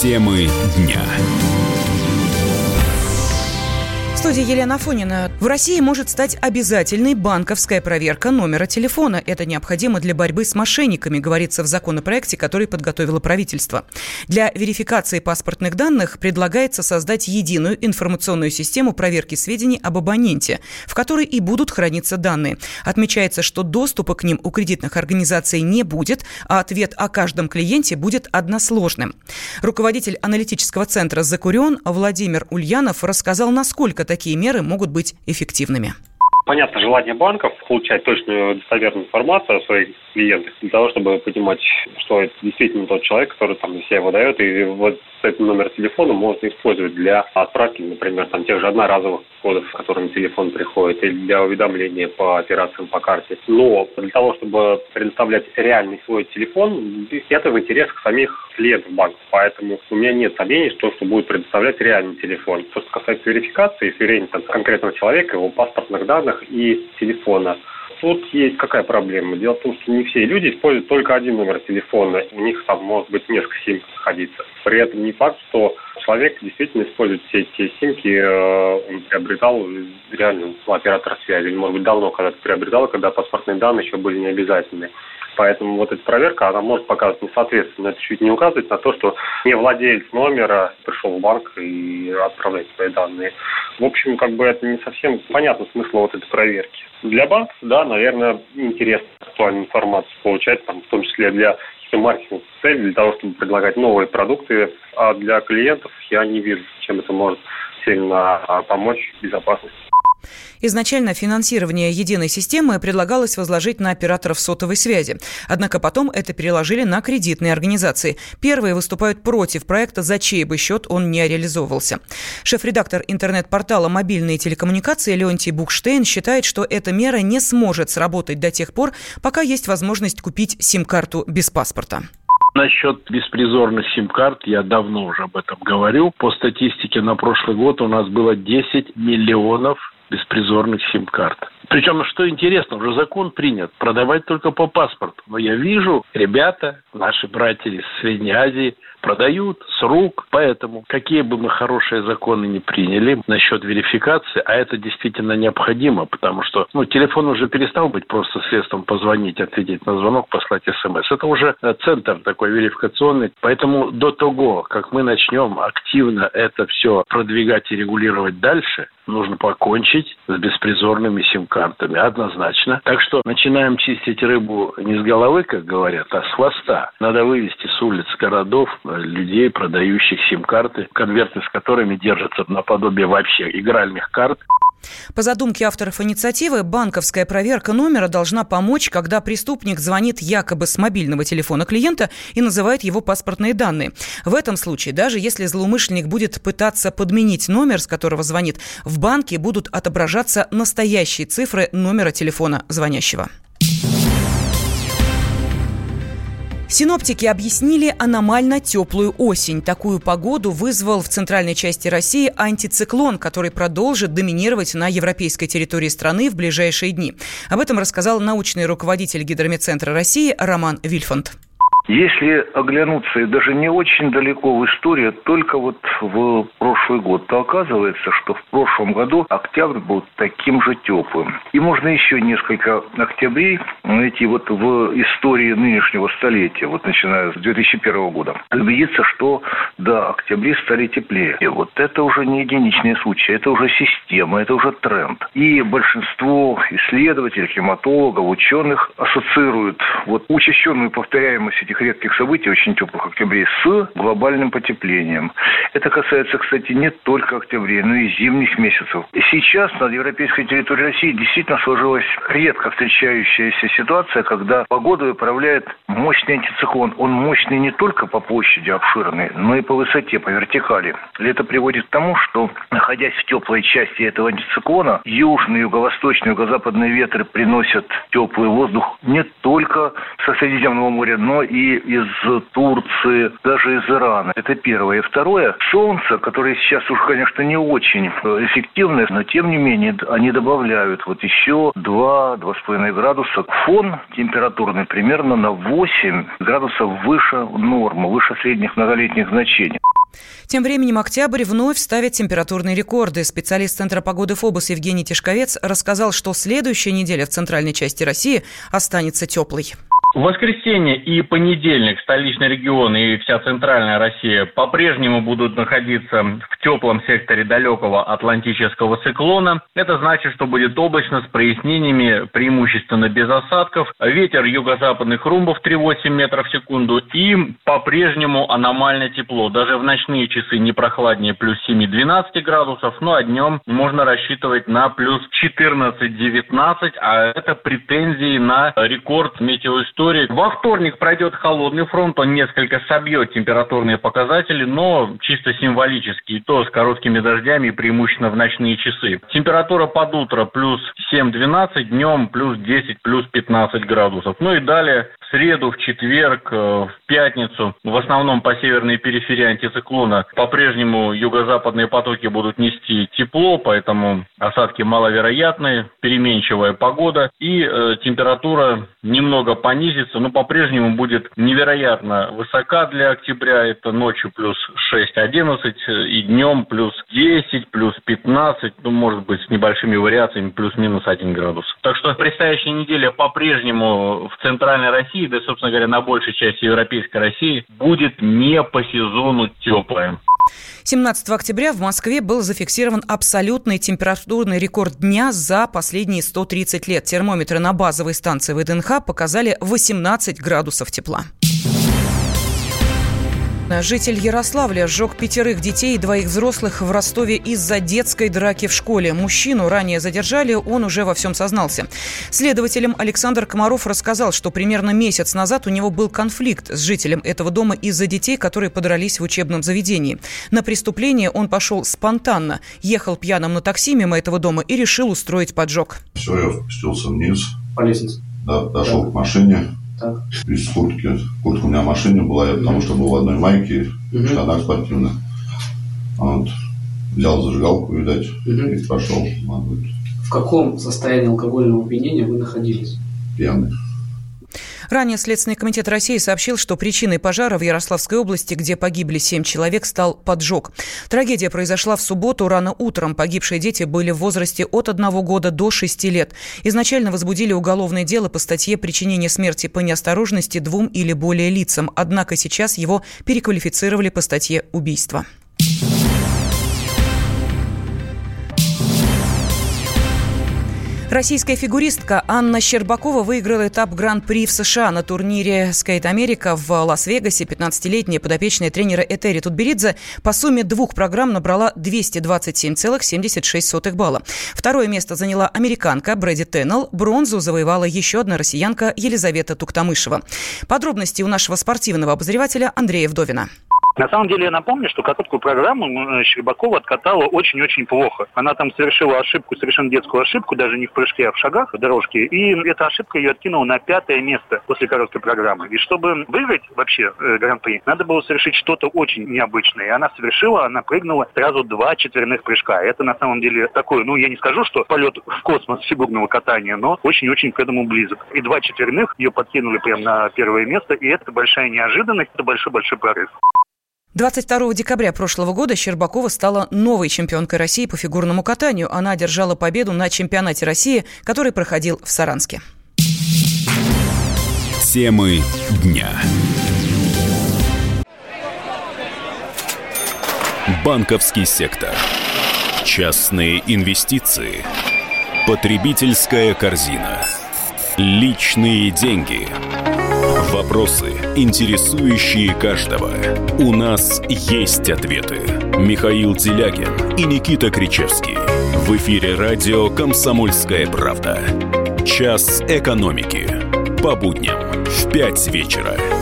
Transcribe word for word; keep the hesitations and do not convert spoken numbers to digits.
Темы дня. В студии Елена Афонина. В России может стать обязательной банковская проверка номера телефона. Это необходимо для борьбы с мошенниками, говорится в законопроекте, который подготовило правительство. Для верификации паспортных данных предлагается создать единую информационную систему проверки сведений об абоненте, в которой и будут храниться данные. Отмечается, что доступа к ним у кредитных организаций не будет, а ответ о каждом клиенте будет односложным. Руководитель аналитического центра «Закурион» Владимир Ульянов рассказал, насколько такие меры могут быть эффективными. Понятно, желание банков получать точную достоверную информацию о своих клиентах для того, чтобы понимать, что это действительно тот человек, который там себя выдает, и вот этот номер телефона можно использовать для отправки, например, там тех же одноразовых кодов, с которыми телефон приходит, или для уведомления по операциям по карте. Но для того, чтобы предоставлять реальный свой телефон, это в интересах самих клиентов банка. Поэтому у меня нет сомнений, что, что будет предоставлять реальный телефон. Что касается верификации и сверения там, конкретного человека, его паспортных данных и телефона. Тут есть какая проблема? Дело в том, что не все люди используют только один номер телефона. У них там может быть несколько сим находиться. При этом не факт, что человек действительно использует все эти симки, он приобретал реально у оператора связи. Или, может быть, давно когда-то приобретал, когда паспортные данные еще были необязательны. Поэтому вот эта проверка, она может показывать несоответствие. Но это чуть не указывает на то, что не владелец номера пришел в банк и отправляет свои данные. В общем, как бы это не совсем понятно смысл вот этой проверки. Для банков, да, наверное, интересно актуальную информацию получать, там, в том числе для маркетинговых целей, для того, чтобы предлагать новые продукты. А для клиентов я не вижу, чем это может сильно помочь безопасности. Изначально финансирование единой системы предлагалось возложить на операторов сотовой связи. Однако потом это переложили на кредитные организации. Первые выступают против проекта, за чей бы счет он не реализовывался. Шеф-редактор интернет-портала «Мобильные телекоммуникации» Леонтий Букштейн считает, что эта мера не сможет сработать до тех пор, пока есть возможность купить сим-карту без паспорта. Насчет беспризорных сим-карт я давно уже об этом говорю. По статистике на прошлый год у нас было десять миллионов беспризорных сим-карт. Причем, что интересно, уже закон принят, продавать только по паспорту. Но я вижу, ребята, наши братья из Средней Азии, продают с рук. Поэтому, какие бы мы хорошие законы ни приняли насчет верификации, а это действительно необходимо, потому что ну, телефон уже перестал быть просто средством позвонить, ответить на звонок, послать смс. Это уже центр такой верификационный. Поэтому до того, как мы начнем активно это все продвигать и регулировать дальше, нужно покончить с беспризорными сим-картами, однозначно. Так что начинаем чистить рыбу не с головы, как говорят, а с хвоста. Надо вывести с улиц городов людей, продающих сим-карты, конверты с которыми держатся наподобие вообще игральных карт. По задумке авторов инициативы, банковская проверка номера должна помочь, когда преступник звонит якобы с мобильного телефона клиента и называет его паспортные данные. В этом случае, даже если злоумышленник будет пытаться подменить номер, с которого звонит, в банке будут отображаться настоящие цифры номера телефона звонящего. Синоптики объяснили аномально теплую осень. Такую погоду вызвал в центральной части России антициклон, который продолжит доминировать на европейской территории страны в ближайшие дни. Об этом рассказал научный руководитель Гидрометцентра России Роман Вильфанд. Если оглянуться и даже не очень далеко в историю, только вот в прошлый год, то оказывается, что в прошлом году октябрь был таким же теплым. И можно еще несколько октябрей найти вот в истории нынешнего столетия, вот начиная с две тысячи первого года, убедиться, что да, октябри стали теплее. И вот это уже не единичные случаи, это уже система, это уже тренд. И большинство исследователей, климатологов, ученых ассоциируют вот учащенную повторяемость этих редких событий, очень теплых октябрей, с глобальным потеплением. Это касается, кстати, не только октябрей, но и зимних месяцев. И сейчас на европейской территории России действительно сложилась редко встречающаяся ситуация, когда погоду управляет мощный антициклон. Он мощный не только по площади обширной, но и по высоте, по вертикали. И это приводит к тому, что, находясь в теплой части этого антициклона, южные, юго-восточные, юго-западные ветры приносят теплый воздух не только со Средиземного моря, но и из Турции, даже из Ирана. Это первое. И второе, солнце, которое сейчас уж, конечно, не очень эффективное, но тем не менее они добавляют вот еще два-два с половиной градуса. Фон температурный примерно на восемь градусов выше нормы, выше средних многолетних значений. Тем временем октябрь вновь ставит температурные рекорды. Специалист Центра погоды ФОБОС Евгений Тишковец рассказал, что следующая неделя в центральной части России останется теплой. В воскресенье и понедельник столичный регион и вся центральная Россия по-прежнему будут находиться в теплом секторе далекого атлантического циклона. Это значит, что будет облачно с прояснениями, преимущественно без осадков. Ветер юго-западных румбов три целых восемь десятых метров в секунду и по-прежнему аномально тепло. Даже в ночные часы не прохладнее плюс семь-двенадцать градусов, ну а днем можно рассчитывать на плюс четырнадцать-девятнадцать, а это претензии на рекорд метеоистории. Во вторник пройдет холодный фронт, он несколько собьет температурные показатели, но чисто символически, и то с короткими дождями, преимущественно в ночные часы. Температура под утро плюс семь-двенадцать, днем плюс десять, плюс пятнадцать градусов. Ну и далее в среду, в четверг, в пятницу, в основном по северной периферии антициклона, по-прежнему юго-западные потоки будут нести тепло, поэтому осадки маловероятны, переменчивая погода и э, температура немного понизится, но по-прежнему будет невероятно высока для октября. Это ночью плюс шесть-одиннадцать и днем плюс десять, плюс пятнадцать, ну, может быть, с небольшими вариациями плюс-минус один градус. Так что предстоящая неделя по-прежнему в центральной России, да, собственно говоря, на большей части европейской России, будет не по сезону теплая. семнадцатого октября в Москве был зафиксирован абсолютный температурный рекорд дня за последние сто тридцать лет. Термометры на базовой станции ВДНХ показали восемнадцать градусов тепла. Житель Ярославля сжег пятерых детей и двоих взрослых в Ростове из-за детской драки в школе. Мужчину ранее задержали, он уже во всем сознался. Следователям Александр Комаров рассказал, что примерно месяц назад у него был конфликт с жителем этого дома из-за детей, которые подрались в учебном заведении. На преступление он пошел спонтанно, ехал пьяным на такси мимо этого дома и решил устроить поджог. Все, я спустился вниз. По лестнице? Да, дошел да. к машине. Так. Без куртки. Куртка у меня в машине была, я потому что был в одной майке, в штанах спортивных. Вот. Взял зажигалку, видать, и пошел. В каком состоянии алкогольного опьянения вы находились? Пьяный. Ранее Следственный комитет России сообщил, что причиной пожара в Ярославской области, где погибли семь человек, стал поджог. Трагедия произошла в субботу рано утром. Погибшие дети были в возрасте от одного года до шести лет. Изначально возбудили уголовное дело по статье «Причинение смерти по неосторожности двум или более лицам». Однако сейчас его переквалифицировали по статье «Убийство». Российская фигуристка Анна Щербакова выиграла этап Гран-при в США на турнире «Скейт Америка» в Лас-Вегасе. пятнадцатилетняя подопечная тренера Этери Тутберидзе по сумме двух программ набрала двести двадцать семь целых семьдесят шесть сотых балла. Второе место заняла американка Брэди Теннелл. Бронзу завоевала еще одна россиянка Елизавета Туктамышева. Подробности у нашего спортивного обозревателя Андрея Вдовина. На самом деле я напомню, что короткую программу Щербакова откатала очень-очень плохо. Она там совершила ошибку, совершенно детскую ошибку, даже не в прыжке, а в шагах в дорожке. И эта ошибка ее откинула на пятое место после короткой программы. И чтобы выиграть вообще э, Гран-при, надо было совершить что-то очень необычное. И она совершила, она прыгнула сразу два четверных прыжка. Это на самом деле такое, ну я не скажу, что полет в космос фигурного катания, но очень-очень к этому близок. И два четверных ее подкинули прямо на первое место. И это большая неожиданность, это большой-большой прорыв. двадцать второго декабря прошлого года Щербакова стала новой чемпионкой России по фигурному катанию. Она одержала победу на чемпионате России, который проходил в Саранске. Темы дня. Банковский сектор. Частные инвестиции. Потребительская корзина. Личные деньги. Вопросы, интересующие каждого. У нас есть ответы. Михаил Делягин и Никита Кричевский. В эфире радио «Комсомольская правда». Час экономики. По будням в пять вечера.